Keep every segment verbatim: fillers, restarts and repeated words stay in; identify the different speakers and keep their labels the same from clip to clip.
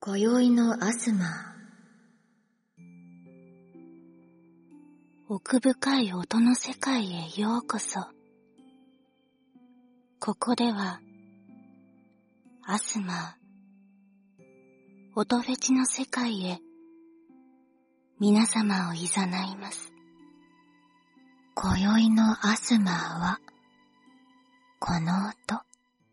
Speaker 1: 今宵のアスマー。
Speaker 2: 奥深い音の世界へようこそ。ここではアスマー、音フェチの世界へ皆様をいざないます。
Speaker 1: 今宵のアスマーはこの音。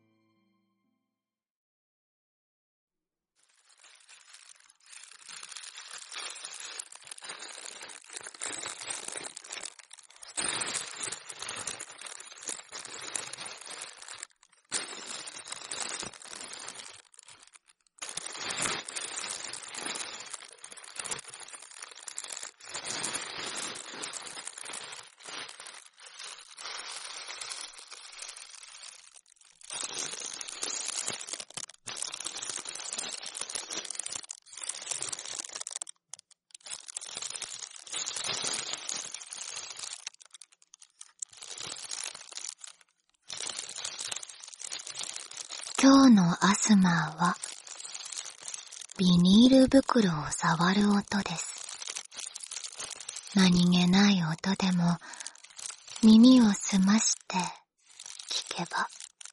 Speaker 1: 今日のアスマーはビニール袋を触る音です。何気ない音でも耳を澄まして聞けば、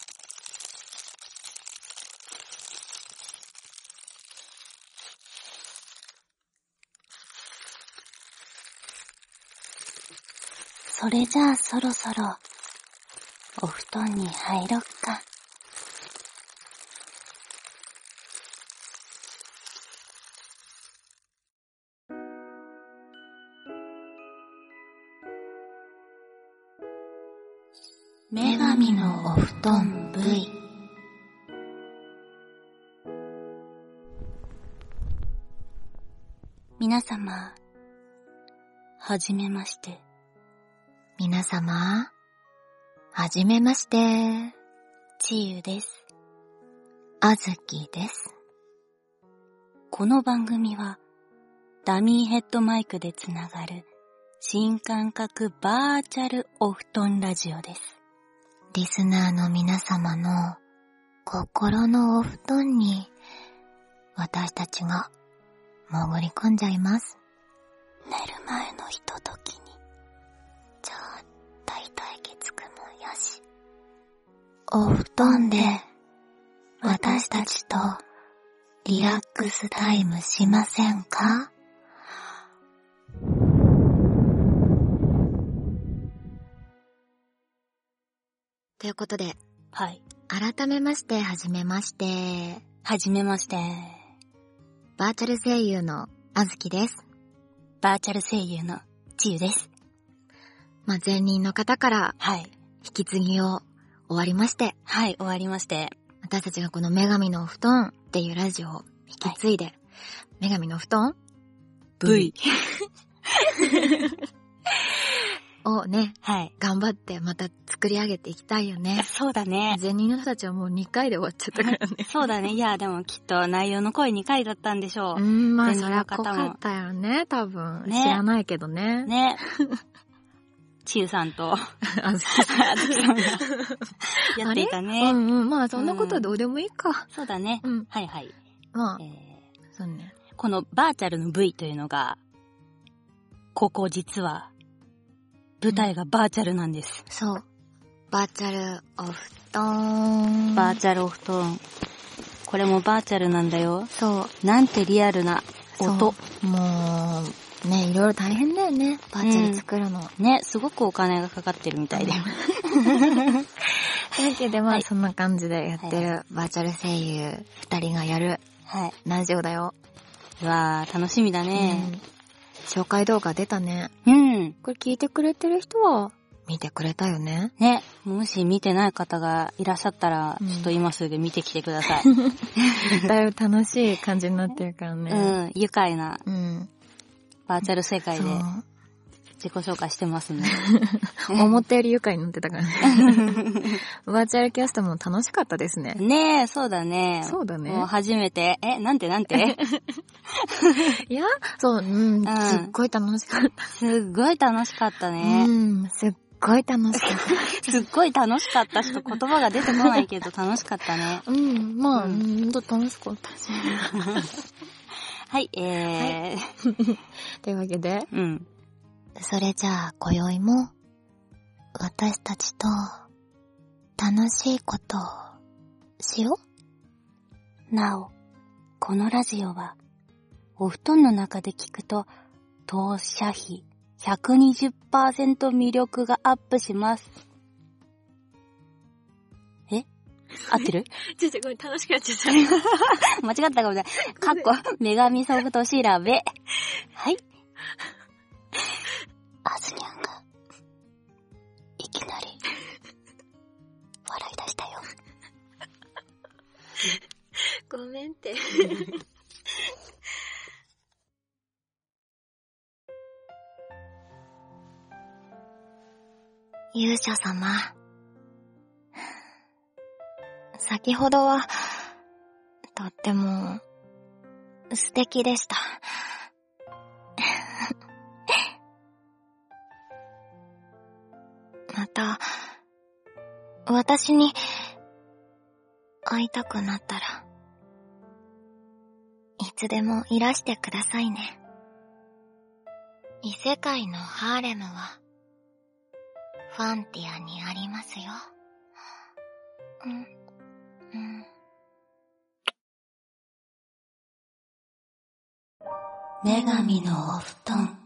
Speaker 2: それじゃあそろそろお布団に入ろっか。女神のお布団 V。 皆様、はじめまして。
Speaker 1: 皆様、はじめまして。
Speaker 2: ちゆです。
Speaker 1: あずきです。
Speaker 2: この番組はダミーヘッドマイクでつながる新感覚バーチャルお布団ラジオです。
Speaker 1: リスナーの皆様の心のお布団に私たちが潜り込んじゃいます。
Speaker 2: 寝る前のひとときに
Speaker 1: ちょっと一息つくもよし。お布団で私たちとリラックスタイムしませんか？ということで、
Speaker 2: はい。
Speaker 1: 改めましてはじめまして。
Speaker 2: はじめまして。
Speaker 1: バーチャル声優のあずきです。
Speaker 2: バーチャル声優のちゆです。
Speaker 1: まあ、前任の方から
Speaker 2: はい。
Speaker 1: 引き継ぎを終わりまして、
Speaker 2: はい、終わりまして。
Speaker 1: 私たちがこの女神のお布団っていうラジオを引き継いで、はい、女神のお布団
Speaker 2: V
Speaker 1: をね、
Speaker 2: はい、
Speaker 1: 頑張ってまた作り上げていきたいよね。
Speaker 2: そうだね。
Speaker 1: 前任の人たちはもうにかいで終わっちゃったからね。
Speaker 2: そうだね。いや、でもきっと内容の濃いにかいだったんでしょう。
Speaker 1: うーん、まあそりゃ濃かったよね、多分。ね、知らないけどね。
Speaker 2: ね。ちゆさんと、
Speaker 1: あずきさん。
Speaker 2: あずきさんがやっていたね。
Speaker 1: うんうん、まあそんなことはどうでもいいか。うん、
Speaker 2: そうだね。うん。はいはい。
Speaker 1: まあ、えー、そうね。
Speaker 2: このバーチャルの V というのが、ここ実は、舞台がバーチャルなんです。
Speaker 1: うん、そう。バーチャルお布団。
Speaker 2: バーチャルお布団。これもバーチャルなんだよ。
Speaker 1: そう。
Speaker 2: なんてリアルな音。
Speaker 1: もう、ね、いろいろ大変だよね。バーチャル作るの。
Speaker 2: うん、ね、すごくお金がかかってるみたいで。だ
Speaker 1: けどまあ、はい、そんな感じでやってる、はい、バーチャル声優二人がやる、
Speaker 2: はい、
Speaker 1: ラジオだよ。
Speaker 2: うわー、楽しみだね。
Speaker 1: うん、紹介動画出たね。
Speaker 2: うん。
Speaker 1: これ聞いてくれてる人は見てくれたよね。
Speaker 2: ね。もし見てない方がいらっしゃったら、うん、ちょっと今すぐ見てきてくださ
Speaker 1: い。だいぶ楽しい感じになってるからね。
Speaker 2: うん。愉快な。
Speaker 1: うん。
Speaker 2: バーチャル世界で自己紹介してますね。
Speaker 1: 思ったより愉快になってたからね。バーチャルキャストも楽しかったですね。
Speaker 2: ねえ、そうだね。
Speaker 1: そうだね。
Speaker 2: もう初めて、え、なんてなんて
Speaker 1: いや、そう、うん、うん、すっごい楽しかった。
Speaker 2: すっごい楽しかったね。
Speaker 1: うん、すっごい楽しかった。
Speaker 2: すっごい楽しかったしと言葉が出てこないけど楽しかったね。
Speaker 1: うん、まあ、
Speaker 2: う
Speaker 1: うんん、ほんと楽しかったし。
Speaker 2: はい、えー。
Speaker 1: はい、というわけで、
Speaker 2: うん。
Speaker 1: それじゃあ、今宵も、私たちと、楽しいことを、しよ
Speaker 2: う。なお、このラジオは、お布団の中で聞くと、当社費 ひゃくにじゅっパーセント 魅力がアップします。え？合ってる？
Speaker 1: ちょっとごめん、楽しくなっちゃった。
Speaker 2: 間違ったかもしれない。かっこ、女神ソフト調べ。はい。
Speaker 1: あずにゃんが、いきなり、笑い出したよ。ごめんって。勇者様。先ほどは、とっても、素敵でした。また、私に、会いたくなったら、いつでもいらしてくださいね。異世界のハーレムは、ファンティアにありますよ。うん、うん。
Speaker 2: 女神のお布団。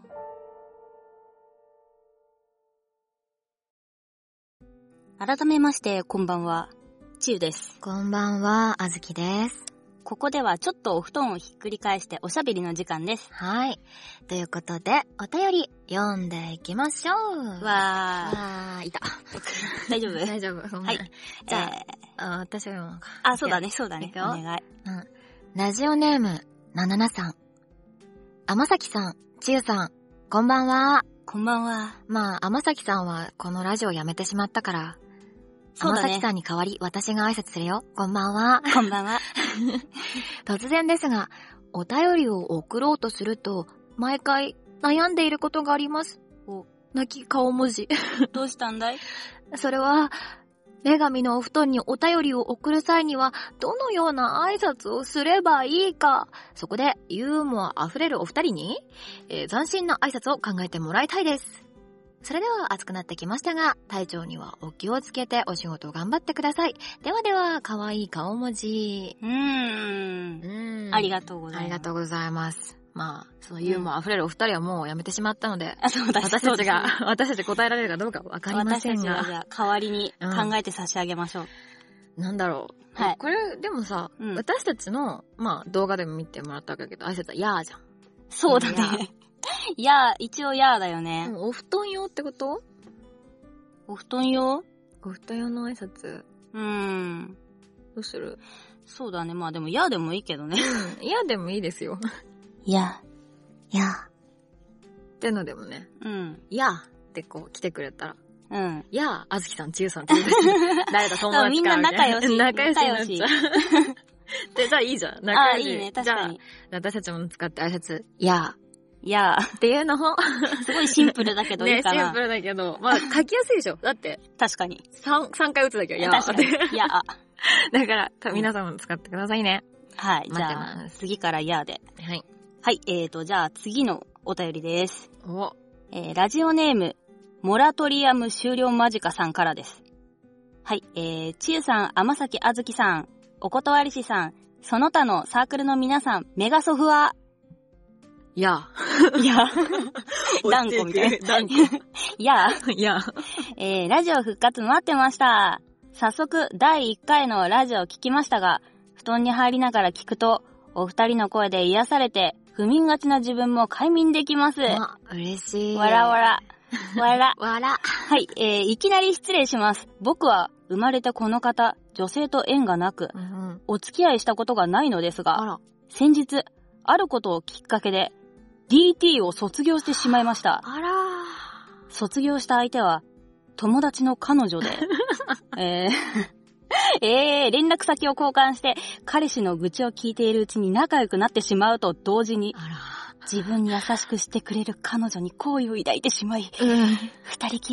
Speaker 2: 改めまして、こんばんは、ちゆです。
Speaker 1: こんばんは、あずきです。
Speaker 2: ここではちょっとお布団をひっくり返しておしゃべりの時間です。
Speaker 1: はい。ということで、お便り読んでいきましょう。
Speaker 2: わー。
Speaker 1: わー、いた。
Speaker 2: 大丈夫？
Speaker 1: 大丈夫。
Speaker 2: はい。
Speaker 1: じゃあ、えー、あ、私が読むのか。
Speaker 2: あ、そうだね、そうだね。お願い。
Speaker 1: うん。ラジオネーム、なななさん。天崎さん、ちゆさん、こんばんは。
Speaker 2: こんばんは。
Speaker 1: まあ、天崎さんはこのラジオやめてしまったから、天崎さんに代わり私が挨拶するよ。こんばんは。
Speaker 2: こんばんは。
Speaker 1: 突然ですが、お便りを送ろうとすると、毎回悩んでいることがあります。お、泣き顔文字。
Speaker 2: どうしたんだい？
Speaker 1: それは、女神のお布団にお便りを送る際には、どのような挨拶をすればいいか。そこで、ユーモア溢れるお二人に、えー、斬新な挨拶を考えてもらいたいです。それでは暑くなってきましたが、体調にはお気をつけてお仕事を頑張ってください。ではでは、かわいい顔文字。
Speaker 2: うーん。うーん。ありがとうございます。
Speaker 1: ありがとうございます。まあ、そのユーモア溢れるお二人はもうやめてしまったので、
Speaker 2: うん、あ、そうだ、
Speaker 1: 私たちが、私たち答えられるかどうかわかりませんが。
Speaker 2: 私たちはじゃあ代わりに考えて差し上げましょう。
Speaker 1: うん、なんだろう。はい。これ、でもさ、うん、私たちの、まあ動画でも見てもらったわけだけど、挨拶はやーじゃん。
Speaker 2: そうだね。いやー、一応やーだよね。
Speaker 1: うん、お布団用ってこと？
Speaker 2: お布団用？
Speaker 1: お布団用の挨拶。
Speaker 2: うーん。
Speaker 1: どうする？
Speaker 2: そうだね。まあでも、やーでもいいけどね。
Speaker 1: うん。やーでもいいですよ。
Speaker 2: やー。やー。
Speaker 1: ってのでもね。
Speaker 2: うん。
Speaker 1: やーってこう来てくれたら。
Speaker 2: うん。
Speaker 1: やー、あずきさん、ちゆさんって言うて誰だ友達かみ
Speaker 2: んな仲良し。
Speaker 1: 仲良しになっちゃう。で、じゃあいいじゃん。
Speaker 2: 仲良し。あ、いいね。確かに。
Speaker 1: じゃあ、私たちも使って挨拶。やー。
Speaker 2: いやー。
Speaker 1: っていうのを
Speaker 2: すごいシンプルだけどいいかな。
Speaker 1: ね、シンプルだけど、まあ書きやすいでしょ。だって。
Speaker 2: 確かに。
Speaker 1: 3、三回打つだけはやー。
Speaker 2: 確かに。いやー。
Speaker 1: だから、皆さんも使ってくださいね。
Speaker 2: はい。じゃあ、次からやーで。
Speaker 1: はい。
Speaker 2: はい。えーと、じゃあ次のお便りです。
Speaker 1: お。
Speaker 2: えー、ラジオネーム、モラトリアム終了間近さんからです。はい。えー、ちゆさん、天崎あずきさん、お断りしさん、その他のサークルの皆さん、メガソフは、
Speaker 1: いや。
Speaker 2: いや。ダンコみたいな。
Speaker 1: ダンコ。
Speaker 2: いや。
Speaker 1: いや。
Speaker 2: えー、ラジオ復活待ってました。早速、だいいっかいのラジオを聞きましたが、布団に入りながら聞くと、お二人の声で癒されて、不眠がちな自分も快眠できます。
Speaker 1: あ、嬉しい。
Speaker 2: わらわら。わら。
Speaker 1: わら。
Speaker 2: はい、えー、いきなり失礼します。僕は、生まれてこの方、女性と縁がなく、うんうん、お付き合いしたことがないのですが、あら先日、あることをきっかけで、ディーティー を卒業してしまいました。
Speaker 1: あら
Speaker 2: 卒業した相手は、友達の彼女で、えー、えー、連絡先を交換して、彼氏の愚痴を聞いているうちに仲良くなってしまうと同時に、あら自分に優しくしてくれる彼女に好意を抱いてしまい、うん、二人きりで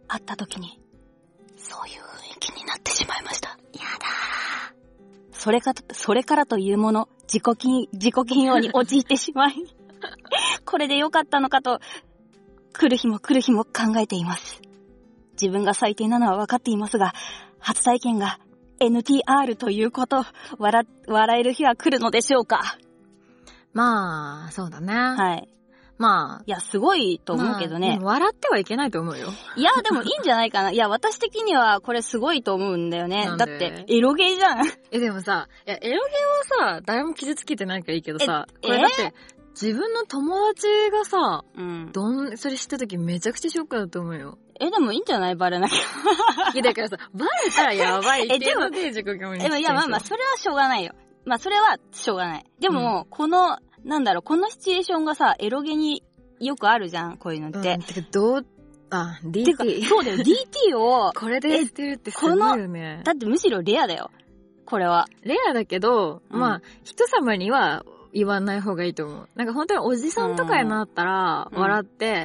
Speaker 2: 会った時に、そういう雰囲気になってしまいました。
Speaker 1: やだ
Speaker 2: ー。それか、それからというもの、自己禁、自己嫌悪に陥ってしまい、これで良かったのかと、来る日も来る日も考えています。自分が最低なのは分かっていますが、初体験が エヌティーアール ということ、笑、笑える日は来るのでしょうか。
Speaker 3: まあ、そうだね。
Speaker 2: はい。まあ。いや、すごいと思うけどね。
Speaker 3: まあ、でも笑ってはいけないと思うよ。
Speaker 2: いや、でもいいんじゃないかな。いや、私的にはこれすごいと思うんだよね。だって、エロゲーじゃん。
Speaker 3: え、でもさ、いや、エロゲーはさ、誰も傷つけてないからいいけどさ、これだって、自分の友達がさ、うん、どん、それ知った時めちゃくちゃショックだと思うよ。
Speaker 2: え、でもいいんじゃないバレなきゃ。
Speaker 3: いや、だからさ、バレたらやばいっていうので自己嫌悪にしてる。
Speaker 2: いや、まあまあ、それはしょうがないよ。まあ、それはしょうがない。でも、うん、この、なんだろう、このシチュエーションがさ、エロゲによくあるじゃん、こういうのって。
Speaker 3: うん、てか、どう、あ、ディーティー。
Speaker 2: そうだよ、ディーティー を。
Speaker 3: これでしてるってすごいよね。
Speaker 2: だってむしろレアだよ。これは。
Speaker 3: レアだけど、うん、まあ、人様には、言わない方がいいと思う。なんか本当におじさんとかになったら、笑って、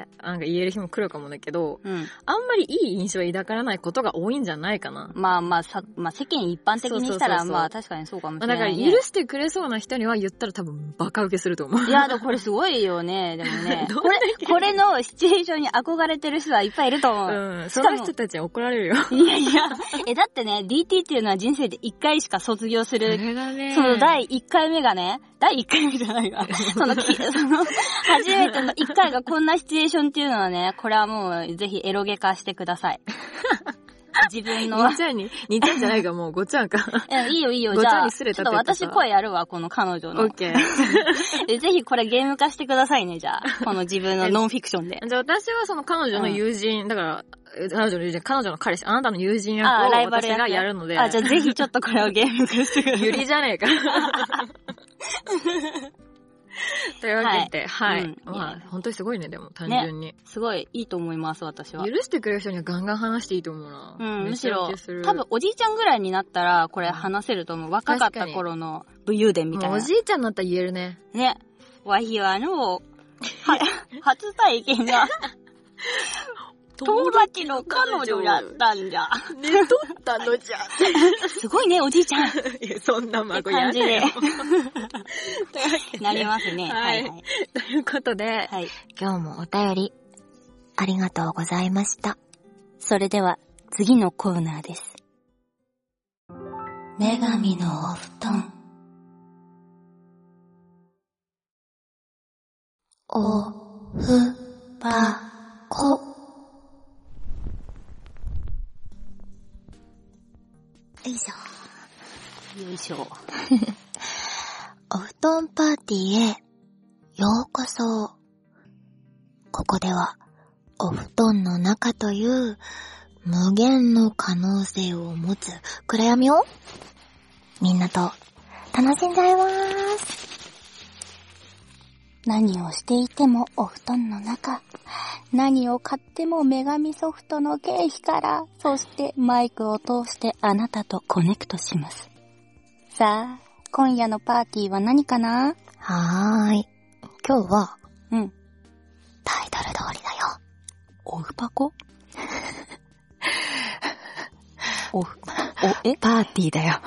Speaker 3: なんか言える日も来るかもだけど、うん、あんまりいい印象を抱からないことが多いんじゃないかな。
Speaker 2: まあまあ、さ、まあ世間一般的にしたら、そうそうそうそう、まあ確かにそうかもしれない、ね。
Speaker 3: まあ、だから許してくれそうな人には言ったら多分バカ受けすると思う。
Speaker 2: いや、でもこれすごいよね、でもね。これ、これのシチュエーションに憧れてる人はいっぱいいると思う。
Speaker 3: うん、その人たちは怒られるよ。
Speaker 2: いやいや、え、だってね、ディーティー っていうのは人生でいっかいしか卒業する。
Speaker 3: それがね。
Speaker 2: そのだいいっかいめがね、だいいっかいめじゃないわ。その、その、初めてのいっかいがこんなシチュエーションっていうのはね、これはもうぜひエロゲ化してください。自分の。
Speaker 3: にちゃんに、にちゃんじゃないか、もうごちゃんか。
Speaker 2: いいよいいよ、じゃあ、ちょっと私声やるわ、この彼女の。
Speaker 3: オッケー。
Speaker 2: で、ぜひこれゲーム化してくださいね、じゃあ。この自分のノンフィクションで。
Speaker 3: じゃあ私はその彼女の友人、うん、だから、彼女の友人、彼女の彼氏、あなたの友人役を私がやるので。
Speaker 2: あ、じゃあぜひちょっとこれをゲーム化してください。
Speaker 3: ゆりじゃねえか。というわけで、はい。はい、うん、まあ、本当にすごいね、でも、単純に、
Speaker 2: ね。すごいいいと思います、私は。
Speaker 3: 許してくれる人にはガンガン話していいと思うな。
Speaker 2: うん、むしろ、多分おじいちゃんぐらいになったら、これ話せると思う。若かった頃の武勇伝みたいな。
Speaker 3: おじいちゃんになったら言えるね。
Speaker 2: ね。わひはの、は、初体験が、友達の彼女やったんじゃ。
Speaker 3: 寝とったのじゃ。
Speaker 2: すごいね、おじいちゃん。い
Speaker 3: や、そんな孫やだよ。感じで。
Speaker 2: なりますね。
Speaker 3: はい。はいはい、ということで、
Speaker 1: はい、今日もお便り、ありがとうございました。
Speaker 2: それでは、次のコーナーです。
Speaker 1: 女神のお布団。お、ふ、ぱ、こ。よいしょ。
Speaker 2: よいしょ。
Speaker 1: お布団パーティーへようこそ。ここではお布団の中という無限の可能性を持つ暗闇をみんなと楽しんじゃいます。
Speaker 2: 何をしていてもお布団の中。何を買っても女神ソフトの経費から、そしてマイクを通してあなたとコネクトします。さあ、今夜のパーティーは何かな？
Speaker 1: はーい。今日は、
Speaker 2: うん。
Speaker 1: タイトル通りだよ。
Speaker 2: おふぱこおふ、お、え
Speaker 1: パーティーだよ。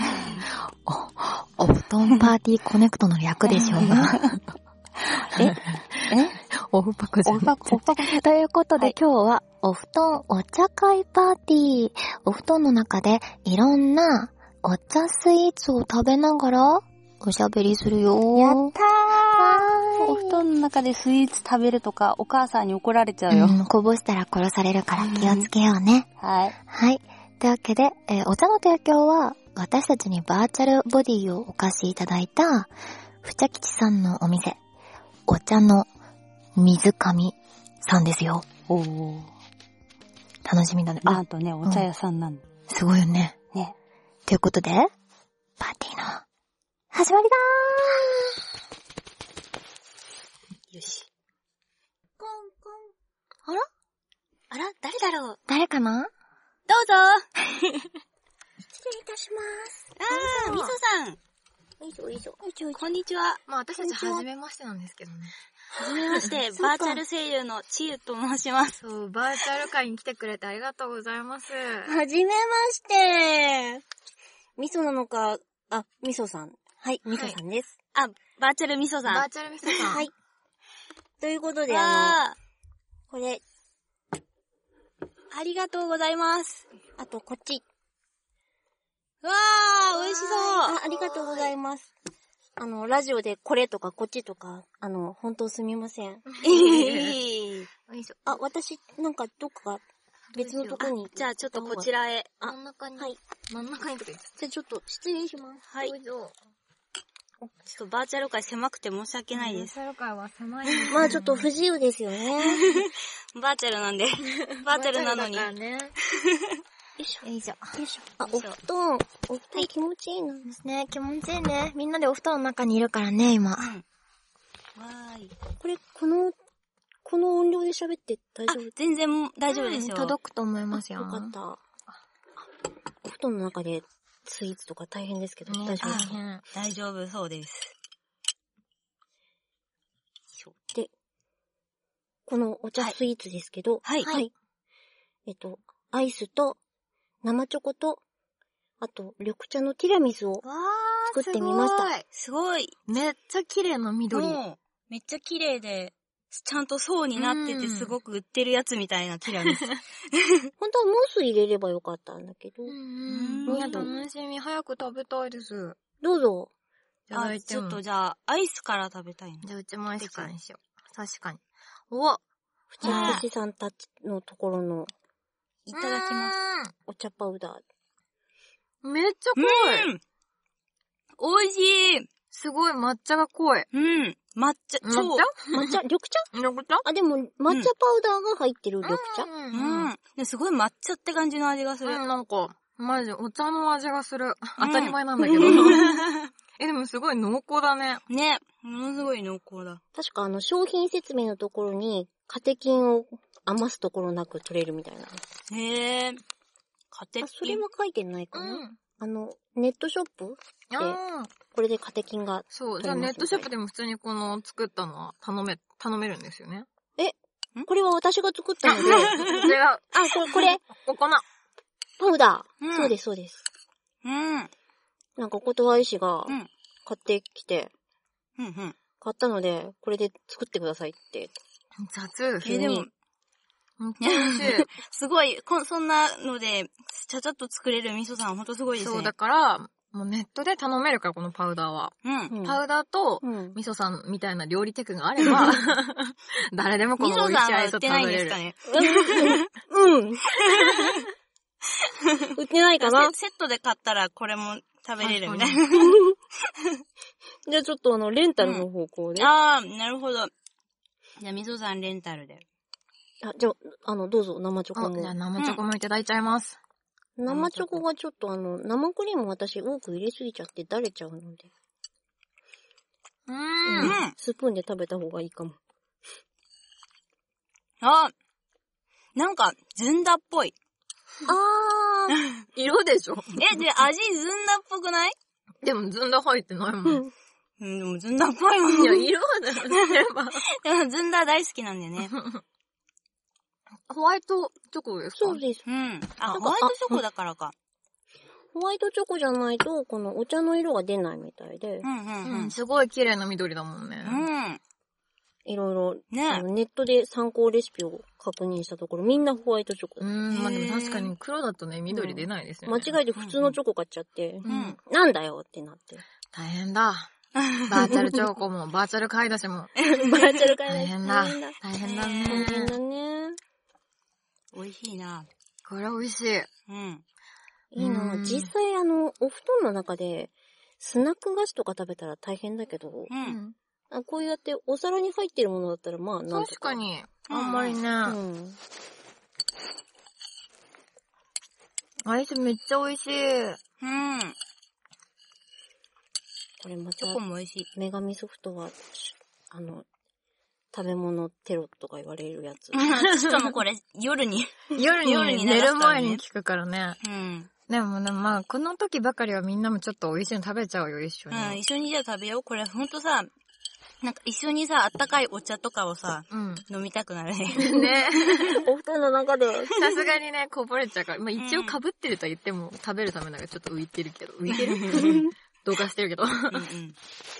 Speaker 1: お、お布団パーティーコネクトの略でしょうが。
Speaker 2: ええ
Speaker 3: おふぱこじゃん。
Speaker 2: おふぱこ、おふぱこ。
Speaker 1: ということで、はい、今日はお布団お茶会パーティー。お布団の中でいろんなお茶スイーツを食べながらおしゃべりするよ。
Speaker 2: やったー。お布団の中でスイーツ食べるとかお母さんに怒られちゃうよ。
Speaker 1: うん、こぼしたら殺されるから気をつけようね。
Speaker 2: うん、はい。
Speaker 1: はい。というわけで、えー、お茶の提供は私たちにバーチャルボディをお貸しいただいたふちゃきちさんのお店、お茶の水上さんですよ。
Speaker 2: おー。
Speaker 1: 楽しみだね。
Speaker 2: なんとね、お茶屋さんなんだ、
Speaker 1: うん。すごいよね。
Speaker 2: ね。
Speaker 1: ということで、パーティーの始まりだ
Speaker 2: ー。よし。
Speaker 1: コンコン。あらあら誰だろう？
Speaker 2: 誰かな？
Speaker 1: どうぞ失礼いたします。
Speaker 2: あー、みそさん。
Speaker 1: よいしょよいしょ。
Speaker 2: こんにちは。
Speaker 3: まあ私たち初めましてなんですけどね。
Speaker 2: はじめまして、バーチャル声優のちゆと申します。
Speaker 3: そう、バーチャル会に来てくれてありがとうございます。
Speaker 4: はじめまして。みそなのか、あ、みそさん。はい、みそさんです。
Speaker 2: あ、バーチャルみそさん。
Speaker 3: バーチャルみそさん。
Speaker 4: はい。ということで、あの、これ、
Speaker 2: ありがとうございます。
Speaker 4: あと、こっち。
Speaker 2: わー、美味しそう。
Speaker 4: あ、ありがとうございます。あの、ラジオでこれとかこっちとか、あの、本当すみません。あ、私、なんかどっか別のとこに。
Speaker 2: じゃあちょっとこちらへ。
Speaker 3: 真ん中に。
Speaker 4: はい。
Speaker 3: 真ん中にとか言って。
Speaker 4: じゃあちょっと失礼します。
Speaker 2: はい。どうぞ。ちょっとバーチャル界狭くて申し訳ないです。
Speaker 3: バーチャル界は狭いです、ね。
Speaker 4: まあちょっと不自由ですよね。
Speaker 2: バーチャルなんで。バーチャルなのに。
Speaker 3: バーチャルだからね。
Speaker 4: よいしょ。
Speaker 3: よいしょ。
Speaker 4: よいしょ。あ、お布団。お布団気持ちいいな。
Speaker 3: ですね。気持ちいいね。みんなでお布団の中にいるからね、今。うん、
Speaker 2: わーい。
Speaker 4: これ、この、この音量で喋って大丈夫？
Speaker 2: 全然大丈夫ですよ。
Speaker 3: うん、届くと思いますよ。
Speaker 4: よかった。お布団の中でスイーツとか大変ですけど、ね、大丈夫ですか？
Speaker 2: 大丈夫そうです。
Speaker 4: で、このお茶スイーツですけど、
Speaker 2: はい。
Speaker 4: はい。はい、えっと、アイスと生チョコと、あと緑茶のティラミスを作ってみました。
Speaker 2: すごい。
Speaker 3: めっちゃ綺麗な緑。
Speaker 2: めっちゃ綺麗で、ちゃんと層になっててすごく売ってるやつみたいなティラミス。
Speaker 4: 本当はムース入れればよかったんだけど。
Speaker 3: うんうん。いや、楽しみ。早く食べたいです。
Speaker 4: どうぞ。
Speaker 2: あ、ちょっとじゃあ、アイスから食べたいの。
Speaker 3: じゃあ、うちもアイスからにしよう。確かに。お
Speaker 4: ふちふちさんたちのところの、
Speaker 2: いただきます。
Speaker 4: お茶パウダー。
Speaker 3: めっちゃ濃い。
Speaker 2: 美味しい。
Speaker 3: すごい抹茶が濃い。
Speaker 2: うん。抹茶、
Speaker 3: 抹茶
Speaker 4: 抹茶緑茶
Speaker 3: 緑茶
Speaker 4: あ、でも、抹茶パウダーが入ってる緑茶。
Speaker 2: うん。うん。すごい抹茶って感じの味がする。
Speaker 3: うん、なんか、マジ、お茶の味がする。当たり前なんだけど。え、でもすごい濃厚だね。
Speaker 2: ね。ものすごい濃厚だ。
Speaker 4: 確かあの、商品説明のところに、カテキンを余すところなく取れるみたいな。
Speaker 2: へぇー。カテキン。
Speaker 4: それは書いてないかな、うん、あの、ネットショップで、これでカテキンが。
Speaker 3: そう、じゃあネットショップでも普通にこの作ったのは頼め、頼めるんですよね。
Speaker 4: え、これは私が作ったので。
Speaker 3: 違う。あ、
Speaker 4: これ、これ。
Speaker 3: お粉。
Speaker 4: パウダー、
Speaker 2: うん。
Speaker 4: そうです、そうです。
Speaker 2: うん。
Speaker 4: なんかお断り師が買ってきて、
Speaker 2: うん、うん。
Speaker 4: 買ったので、これで作ってくださいって。
Speaker 3: 雑。
Speaker 4: え、でも、
Speaker 2: すごい、こそんなので、ちゃちゃっと作れる味噌さん、ほんとすごいですね。
Speaker 3: そう、だから、もうネットで頼めるから、このパウダーは。
Speaker 2: うん。
Speaker 3: パウダーと、味噌さんみたいな料理テクがあれば、誰でもこの美味しいアイスを食べれる。味噌さんは売ってないんですかね。
Speaker 4: うん。売ってないかな
Speaker 2: セットで買ったらこれも食べれるみたいな。
Speaker 4: じゃあちょっとあの、レンタルの方向で。
Speaker 2: うん、ああ、なるほど。じゃあ、みそさんレンタルで。
Speaker 4: あ、じゃあ、あの、どうぞ、生チョコも。
Speaker 3: じゃあ、生チョコもいただいちゃいます。
Speaker 4: うん、生チョコがちょっとあの、生クリーム私多く入れすぎちゃってだれちゃうので。
Speaker 3: うーん。うん、
Speaker 4: スプーンで食べた方がいいかも。
Speaker 2: あ、なんか、ずんだっぽい。
Speaker 4: あー。
Speaker 3: 色でしょ
Speaker 2: え、で、味ずんだっぽくない？
Speaker 3: でもずんだ入ってないもん。
Speaker 2: うん、でもずんだっぽいもん。
Speaker 3: いや、色はだよね。
Speaker 2: でもずんだ大好きなんだよね。
Speaker 3: ホワイトチョコですか？
Speaker 4: そうです。
Speaker 2: うん。あ、ホワイトチョコだからか。
Speaker 4: ホワイトチョコじゃないと、このお茶の色が出ないみたいで。
Speaker 2: うんうんうん。
Speaker 3: うん、すごい綺麗な緑だもんね。
Speaker 2: うん。
Speaker 4: いろいろ、
Speaker 2: ね、
Speaker 4: ネットで参考レシピを確認したところ、みんなホワイトチョコ。
Speaker 3: うん、まあでも確かに黒だとね、緑出ないですよね。
Speaker 4: 間違えて普通のチョコ買っちゃって、
Speaker 2: うん、
Speaker 4: なんだよってなって。
Speaker 3: 大変だ。バーチャルチョコも、バーチャル買い出しも。
Speaker 4: バーチャル買い出し。
Speaker 3: 大変だ。大変だね。
Speaker 4: 大変だね。
Speaker 2: 美味しいな。
Speaker 3: これ美味しい。
Speaker 2: うん。
Speaker 4: いいな。実際あの、お布団の中で、スナック菓子とか食べたら大変だけど、
Speaker 2: うん。
Speaker 4: あ、こうやってお皿に入ってるものだったら、まあ、なんとか。
Speaker 3: 確かに。あんまりね。うん。アイスめっちゃ美味しい。うん。
Speaker 4: これまた、
Speaker 2: チョコも美味しい。
Speaker 4: 女神ソフトは、あの、食べ物テロとか言われるやつ。
Speaker 2: しかもこれ、夜に。
Speaker 3: 夜に、夜に寝る前に聞くからね。
Speaker 2: うん。
Speaker 3: でもね、まあ、この時ばかりはみんなもちょっと美味しいの食べちゃうよ、一緒に。
Speaker 2: うん、一緒にじゃあ食べよう。これほんとさ、 なんか一緒にさ、あったかいお茶とかをさ、うん、飲みたくなるね。ね。
Speaker 4: お布団の中で。
Speaker 3: さすがにね、こぼれちゃうから。まあ、一応被ってると言っても、うん、食べるためならちょっと浮いてるけど。浮いてる同化してるけど。うんうん。い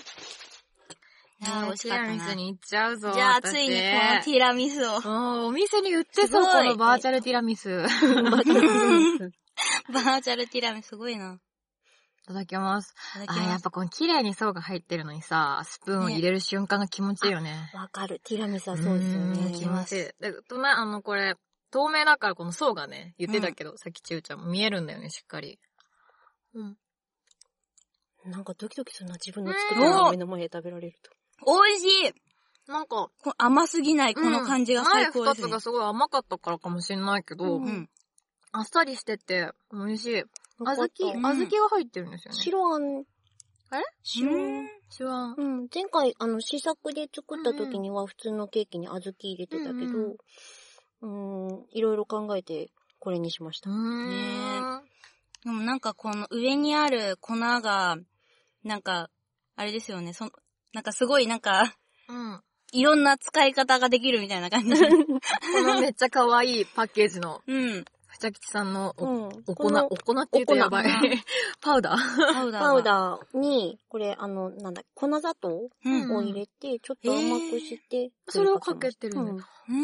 Speaker 3: やー、美味しかったな。ティラミスに行っちゃうぞ。
Speaker 2: じゃあ、ついにこのティラミスを。
Speaker 3: お店に売ってそう、このバーチャルティラミス。バーチャルティラミス。
Speaker 2: バーチャルティラミス、すごいな。
Speaker 3: いただきます。あ、やっぱこの綺麗に層が入ってるのにさ、スプーンを入れる瞬間が気持ちいいよね。
Speaker 4: わ、ね、かる。ティラミスはそうですよね。
Speaker 3: 気持ちいい。で、あの、これ、透明だからこの層がね、言ってたけど、うん、さっきちゅうちゃんも見えるんだよね、しっかり。
Speaker 4: うん。なんかドキドキするな、自分の作ったのを目の前で食べられると。
Speaker 2: 美味しい。
Speaker 3: なんか、
Speaker 2: 甘すぎないこの感じが最高ですね。
Speaker 3: 前二つがすごい甘かったからかもしれないけど、うん、あっさりしてて、美味しい。あずき、あずきが入ってるんですよね。
Speaker 4: 白あん。
Speaker 3: あれ白あん。白あん。
Speaker 4: うん。前回、あの、試作で作った時には普通のケーキにあずき入れてたけど、うん、うん、いろいろ考えてこれにしました。
Speaker 2: ねでもなんかこの上にある粉が、なんか、あれですよね。そなんかすごいなんか、うん。いろんな使い方ができるみたいな感じ。こ
Speaker 3: のめっちゃ可愛いパッケージの。うん。ふちゃきちさんのお、うん、お粉、お粉って言うとやばい。パウダー
Speaker 4: パウダー。パウダーに、これ、あの、なんだ、粉砂糖を入れて、ちょっと甘くして、
Speaker 3: それをかけてるんだ。
Speaker 2: うん。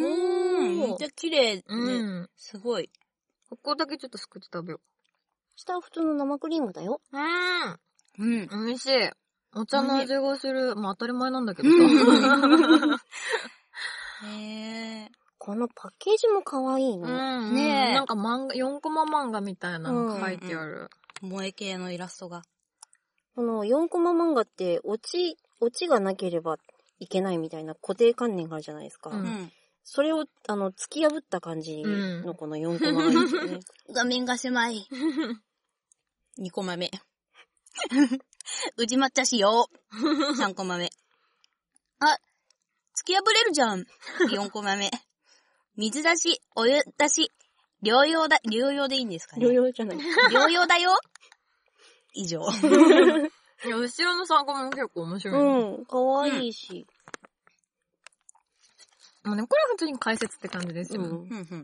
Speaker 2: めっちゃ綺麗で、うん、すごい。
Speaker 3: ここだけちょっとすくって食べよう。
Speaker 4: 下は普通の生クリームだよ。
Speaker 3: うん。うん。美味しい。お茶の味がする。まあ当たり前なんだけどさ。
Speaker 4: へー。このパッケージも可愛いね。
Speaker 3: うん、ねえ。なんか漫画、よんコマ漫画みたいなのが書いてある。
Speaker 2: 萌え系のイラストが。
Speaker 4: このよんコマ漫画って、オチ、オチがなければいけないみたいな固定観念があるじゃないですか。うん、それを、あの、突き破った感じのこのよんコマがいいですよね。
Speaker 2: 画面が狭い。にコマ目。宇治抹茶しよう。さんコマ目。あ、突き破れるじゃん。よんコマ目。水出し、お湯出し、療養だ、療養でいいんですかね。
Speaker 4: 療養じゃない。
Speaker 2: 療養だよ。以上。
Speaker 3: いや、後ろのさんコマも結構面白い、
Speaker 4: ね。うん、かわいいし。
Speaker 3: まあね、これは普通に解説って感じですよ。うんうん、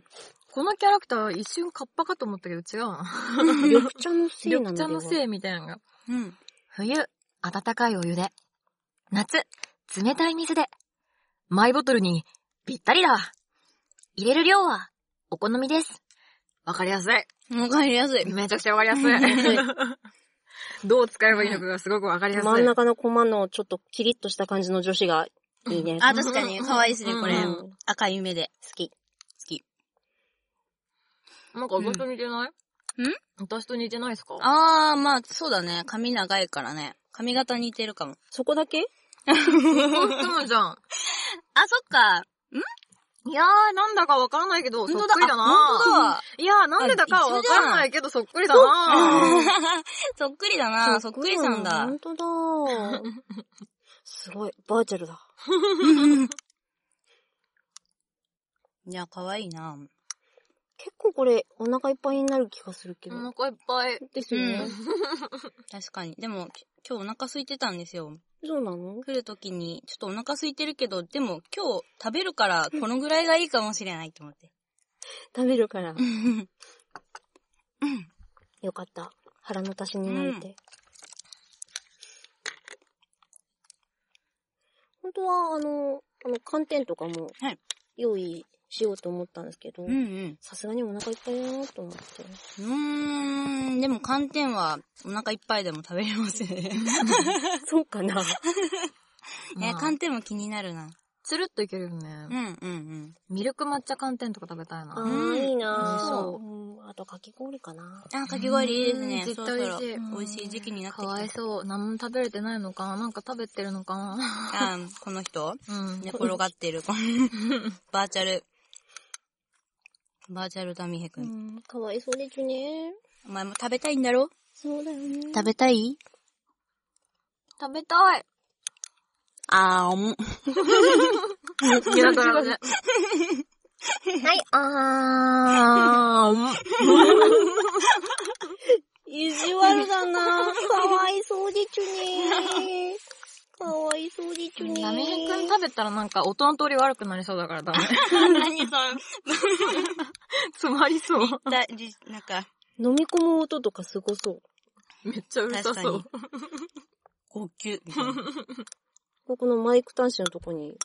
Speaker 3: このキャラクター一瞬カッパかと思ったけど違うな。
Speaker 4: 緑茶のせいなんだよ。
Speaker 3: 緑茶のせいみたいなのが。
Speaker 2: うん。
Speaker 3: 冬、温かいお湯で。夏、冷たい水で。マイボトルにぴったりだ。入れる量はお好みです。わかりやすい。
Speaker 2: わかりやすい。
Speaker 3: めちゃくちゃわかりやすい。どう使えばいいのかがすごくわかりやすい。
Speaker 4: 真ん中のコマのちょっとキリッとした感じの女子がいいね。
Speaker 2: あ、確かに可愛いですね、これ。うん、赤い目で。
Speaker 4: 好き。好
Speaker 2: き。
Speaker 3: なんか私と似てない？
Speaker 2: うん、
Speaker 3: 私と似てないですか？
Speaker 2: あー、まあ、そうだね。髪長いからね。髪型似てるかも。
Speaker 4: そこだけ？
Speaker 3: そうじゃん。あ、
Speaker 2: そっか。ん？
Speaker 3: いやー、なんだかわからないけど、そっくりだな。
Speaker 2: ほんとだ。
Speaker 3: いやー、なんでだかわからないけど、そっくりだな。
Speaker 2: そっくりだな。そっくりさんだ。
Speaker 4: ほんとだ。すごい。バーチャルだ。
Speaker 2: いや、かわいいな。
Speaker 4: 結構これ、お腹いっぱいになる気がするけど。
Speaker 3: お腹いっぱい。
Speaker 4: ですよね。うん、
Speaker 2: 確かに。でも、今日お腹空いてたんですよ。
Speaker 4: そうなの？
Speaker 2: 来るときに、ちょっとお腹空いてるけど、でも今日食べるから、このぐらいがいいかもしれないと思って。
Speaker 4: 食べるから。よかった。腹の足しになれて。うん、本当は、あの、あの、寒天とかも、用意しようと思ったんですけど、さすがにお腹いっぱいだなと思って。
Speaker 2: うーん、でも寒天はお腹いっぱいでも食べれますね。
Speaker 4: そうかな。
Speaker 2: え、寒天も気になるな。
Speaker 3: つるっといけるよね。
Speaker 2: うんうんうん。
Speaker 3: ミルク抹茶寒天とか食べたいな。
Speaker 4: あー、いいなぁ。そう。うん、あとかき氷かな。
Speaker 2: あ、かき氷いいですね。
Speaker 3: 絶対美味しい。
Speaker 2: 美味しい時期になってきた。
Speaker 3: かわいそう。何も食べれてないのかな。なんか食べてるのかな。
Speaker 2: あ、この人、うん、寝転がってる。バーチャル。バーチャルダミヘくん。
Speaker 4: うん、かわいそうですね。
Speaker 2: お前も食べたいんだろ？
Speaker 4: そうだよね。
Speaker 2: 食べたい？
Speaker 3: 食べたい。
Speaker 2: あーん。
Speaker 3: いやだからね。
Speaker 4: はい、あーん。意地悪だな。かわいそうでちゅね。 かわいそうでちゅね。
Speaker 3: なみへくん食べたらなんか音の通り悪くなりそうだからダメ。
Speaker 2: 何それ。
Speaker 3: 詰まりそう。
Speaker 2: だなんか。
Speaker 4: 飲み込む音とかすごそう。
Speaker 3: めっちゃうるさそう。
Speaker 2: 高級みたいな。
Speaker 4: ここのマイク端子のとこに、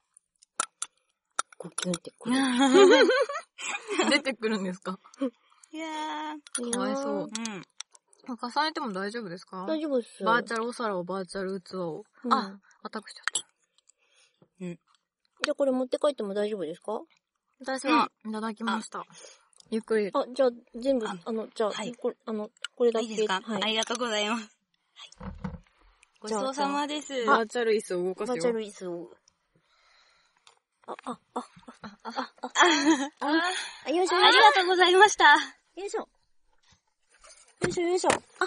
Speaker 4: ゴキュンってこれ。
Speaker 3: 出てくるんですか？
Speaker 2: いや
Speaker 3: ー。かわいそう。うん。重ねても大丈夫ですか？
Speaker 4: 大丈夫です。
Speaker 3: バーチャルお皿をバーチャル器を。うん、あ、私ちゃった。
Speaker 4: うん。じゃあこれ持って帰っても大丈夫ですか？
Speaker 3: 私は、いただきました。ゆっくり。
Speaker 4: あ、じゃあ全部、あ, あの、じゃあ、はい、これ、あの、これだけ。
Speaker 2: いいですか？はい。ありがとうございます。はい。ごちそうさまです。
Speaker 3: バーチャル椅子を動かすよ。
Speaker 4: バーチャル椅子を。あ、あ、あ、あ、あ、あ、あ、あ、あ、よいしょ。
Speaker 2: ありがとうございました。
Speaker 4: よいしょ。よいしょよいしょ。あ、あ、あ、あ、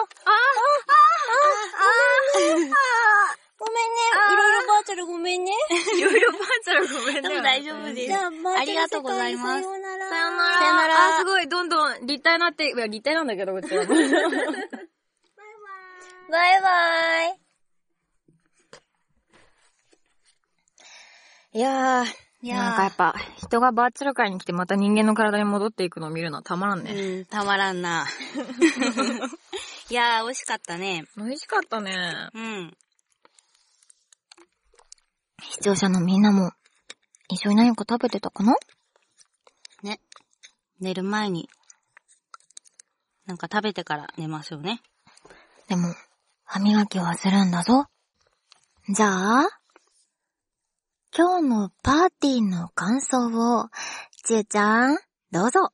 Speaker 4: あ、あ、ごめんね。ごめんね。いろいろバーチャルごめんね。
Speaker 3: いろいろバーチャルごめんね。
Speaker 2: でも大丈夫です。
Speaker 4: じゃあ、バーチャル世界
Speaker 2: ありがとうございます。
Speaker 4: さようなら。
Speaker 3: さようなら。さよなら。あ、すごい、どんどん立体になって、いや、立体なんだけど、こっちは。バイバーイ。
Speaker 1: バイバイ。いやー、いやー
Speaker 3: なんかやっぱ、人がバーチャル界に来てまた人間の体に戻っていくのを見るのはたまらんね。
Speaker 2: うん、たまらんな。いやー、美味しかったね。
Speaker 3: 美味しかったね。
Speaker 2: うん。
Speaker 1: 視聴者のみんなも、一緒に何か食べてたかな？
Speaker 2: ね。寝る前に、なんか食べてから寝ましょうね。
Speaker 1: でも、歯磨きはするんだぞ。じゃあ、今日のパーティーの感想を、ちえちゃん、どうぞ。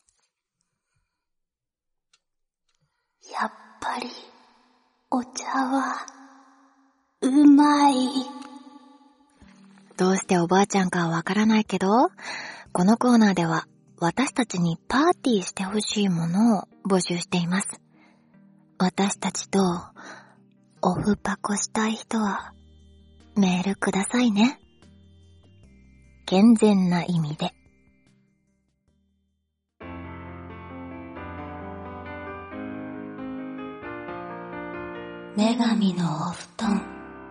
Speaker 1: やっぱり、お茶は、うまい。どうしておばあちゃんかはわからないけど、このコーナーでは、私たちにパーティーしてほしいものを募集しています。私たちと、オフパコしたい人は、メールくださいね。健全な意味で。女神のお布団。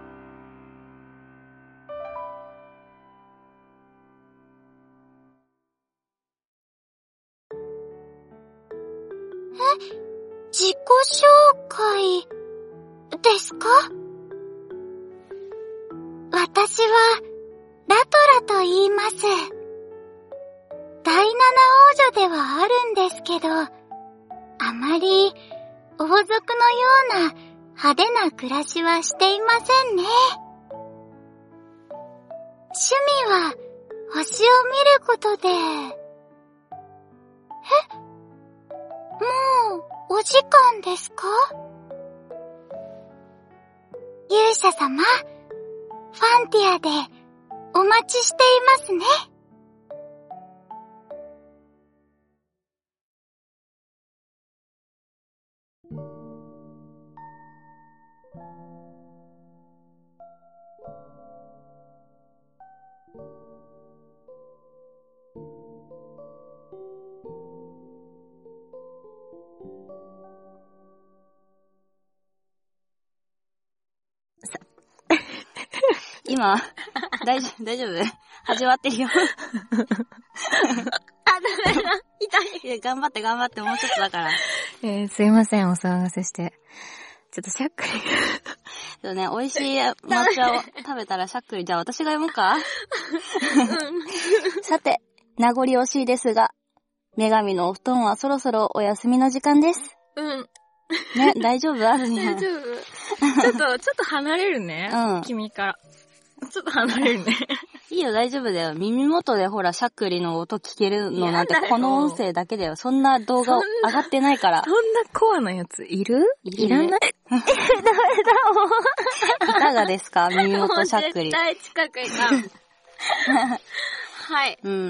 Speaker 1: え、自己紹介ですか？私はラトラと言います。第七王女ではあるんですけど、あまり王族のような派手な暮らしはしていませんね。趣味は星を見ることで。え？もうお時間ですか？勇者様、ファンティアでお待ちしていますね。
Speaker 2: 今、大丈夫、大丈夫始まってるよ。あ、
Speaker 3: ダメだ。痛い。
Speaker 2: いや、頑張って頑張って、もうちょっとだから。
Speaker 3: えー、すいません、お騒がせして。ちょっとしゃっくり。
Speaker 2: そうね、美味しい抹茶を食べたらしゃっくり。じゃあ私が読むか？さて、名残惜しいですが、女神のお布団はそろそろお休みの時間です。
Speaker 3: うん。
Speaker 2: ね、大丈夫あるね。
Speaker 3: 大丈夫。ちょっと、ちょっと離れるね。うん。君から。ちょっと離れるね。
Speaker 2: いいよ、大丈夫だよ。耳元でほら、しゃっくりの音聞けるのなんて、この音声だけだよ。そんな動画上がってないから。
Speaker 3: そんなコアなやついる？
Speaker 2: いる、
Speaker 3: いらない。
Speaker 1: ダメだもん。
Speaker 2: いかがですか？耳元しゃっくり。
Speaker 3: 絶対近くいかん。はい。
Speaker 2: うん。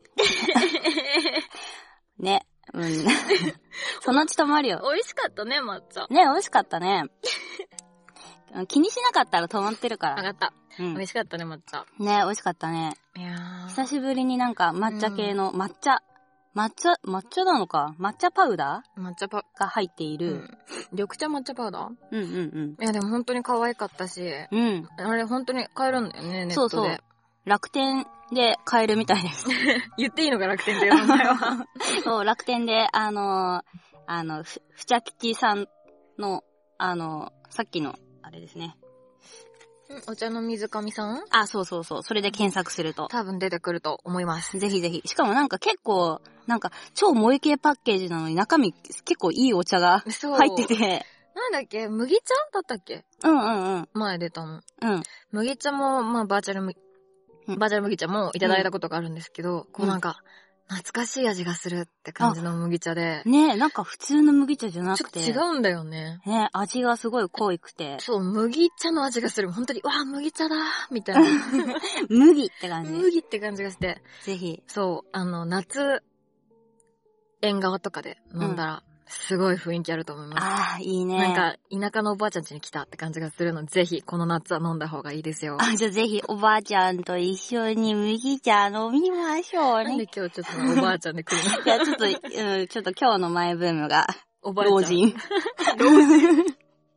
Speaker 2: ね。うん。そのうち止まるよ。
Speaker 3: 美味しかったね、抹茶。
Speaker 2: ね、美味しかったね。気にしなかったら止まってるから。
Speaker 3: 上がった。うん。美味しかったね、抹茶。
Speaker 2: ね、美味しかったね。
Speaker 3: いやー。
Speaker 2: 久しぶりになんか抹茶系の、うん、抹茶、 抹茶、抹茶なのか抹茶パウダ
Speaker 3: ー抹茶パ
Speaker 2: が入っている、うん、
Speaker 3: 緑茶抹茶パウダー
Speaker 2: うんうんうん。
Speaker 3: いやでも本当に可愛かったし、
Speaker 2: うん。
Speaker 3: あれ本当に買えるんだよね、ネットで。そうそう。
Speaker 2: 楽天で買えるみたいです。
Speaker 3: 言っていいのか、楽天っていう名前は。
Speaker 2: そう、楽天で、あのー、あの、ふ、ふちゃ吉さんの、あのー、さっきの、あれですね。
Speaker 3: お茶の水上さん？
Speaker 2: あ、そうそうそう。それで検索すると。
Speaker 3: 多分出てくると思います。
Speaker 2: ぜひぜひ。しかもなんか結構、なんか超萌え系パッケージなのに中身結構いいお茶が入ってて。
Speaker 3: なんだっけ麦茶だったっけ？
Speaker 2: うんうんうん。
Speaker 3: 前出たの。
Speaker 2: うん。
Speaker 3: 麦茶も、まあバーチャル麦、バーチャル麦茶もいただいたことがあるんですけど、うん、こうなんか、懐かしい味がするって感じの麦茶で。
Speaker 2: ねえ、なんか普通の麦茶じゃなくて。
Speaker 3: ちょっと違うんだよね。
Speaker 2: ねえ、味がすごい濃いくて。
Speaker 3: そう、麦茶の味がする。本当に、わあ、麦茶だみたいな。
Speaker 2: 麦って感じ。
Speaker 3: 麦って感じがして。
Speaker 2: ぜひ。
Speaker 3: そう、あの、夏、縁側とかで飲んだら、うん、すごい雰囲気あると思います。
Speaker 2: ああ、いいね。
Speaker 3: なんか、田舎のおばあちゃん家に来たって感じがするので、ぜひ、この夏は飲んだ方がいいですよ。
Speaker 2: あ、じゃあぜひ、おばあちゃんと一緒に麦茶飲みましょうね。
Speaker 3: なんで今日ちょっとおばあちゃんで来るの？
Speaker 2: いや、ちょっと、うん、ちょっと今日のマイブームが、おばあちゃん。老人。
Speaker 3: 老人。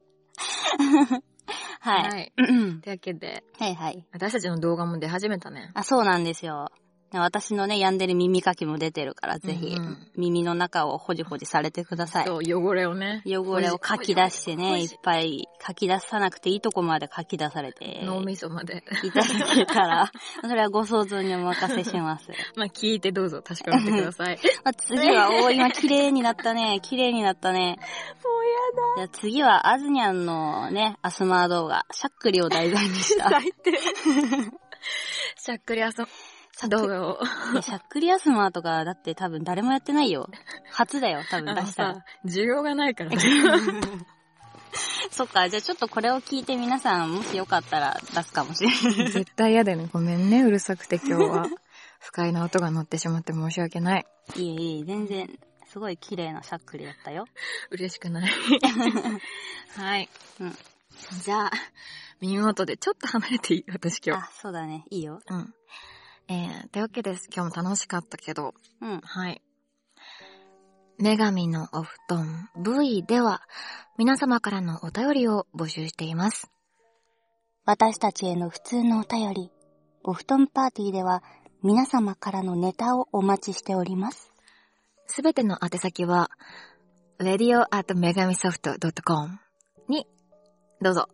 Speaker 2: はい。
Speaker 3: はい。というわけで、
Speaker 2: はいはい。
Speaker 3: 私たちの動画も出始めたね。
Speaker 2: あ、そうなんですよ。私のね、病んでる耳かきも出てるから、ぜひ、耳の中をほじほじされてください。
Speaker 3: そう、汚れをね。
Speaker 2: 汚れをかき出してね、いっぱいかき出さなくていいとこまでかき出されて。
Speaker 3: 脳みそまで。
Speaker 2: いただけたら、それはご想像にお任せします。
Speaker 3: まあ、聞いてどうぞ確かめてください。
Speaker 2: まあ、次は、おー、今綺麗になったね。綺麗になったね。
Speaker 3: もうや
Speaker 2: だ。じゃあ次は、あずにゃんのね、アスマー動画、しゃっくりを題材にした。
Speaker 3: 最低。しゃっくりアスマー。動画を。
Speaker 2: いや、しゃっくりアスマーとか、だって多分誰もやってないよ。初だよ、多分出したら。
Speaker 3: 需要がないからね。
Speaker 2: そっか、じゃあちょっとこれを聞いて皆さん、もしよかったら出すかもしれない。
Speaker 3: 絶対嫌だよね。ごめんね、うるさくて今日は。不快な音が鳴ってしまって申し訳ない。
Speaker 2: いえいえ、全然、すごい綺麗なしゃっくりだったよ。
Speaker 3: 嬉しくない。はい。
Speaker 2: うん。
Speaker 3: じゃあ、耳元でちょっと離れていい？私今日。
Speaker 2: あ、そうだね。いいよ。
Speaker 3: うん。えー、というわけです。今日も楽しかったけど。
Speaker 2: うん。
Speaker 3: はい。女神のお布団 ブイ では、皆様からのお便りを募集しています。
Speaker 1: 私たちへの普通のお便り、お布団パーティーでは、皆様からのネタをお待ちしております。
Speaker 3: すべての宛先は、レディオ アットメガミソフトドットコム に、どうぞ。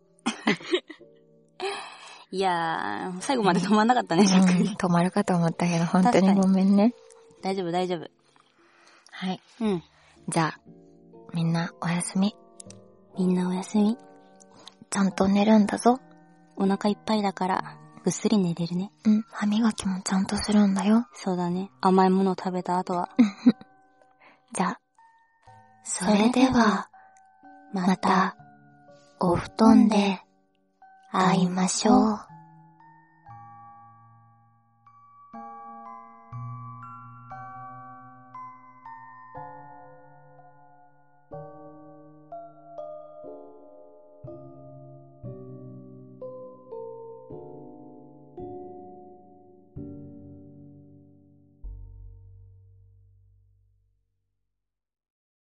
Speaker 2: いやー、最後まで止まんなかったね、
Speaker 3: うん、止まるかと思ったけど、本当にごめんね。
Speaker 2: 大丈夫、大丈夫。
Speaker 3: はい。
Speaker 2: うん。
Speaker 3: じゃあ、みんなおやすみ。
Speaker 1: みんなおやすみ。
Speaker 3: ちゃんと寝るんだぞ。
Speaker 1: お腹いっぱいだから、ぐっすり寝れるね。
Speaker 3: うん、歯磨きもちゃんとするんだよ。
Speaker 1: そうだね。甘いものを食べた後は。
Speaker 3: じゃあ、
Speaker 1: それでは、また、お布団で、会いましょう。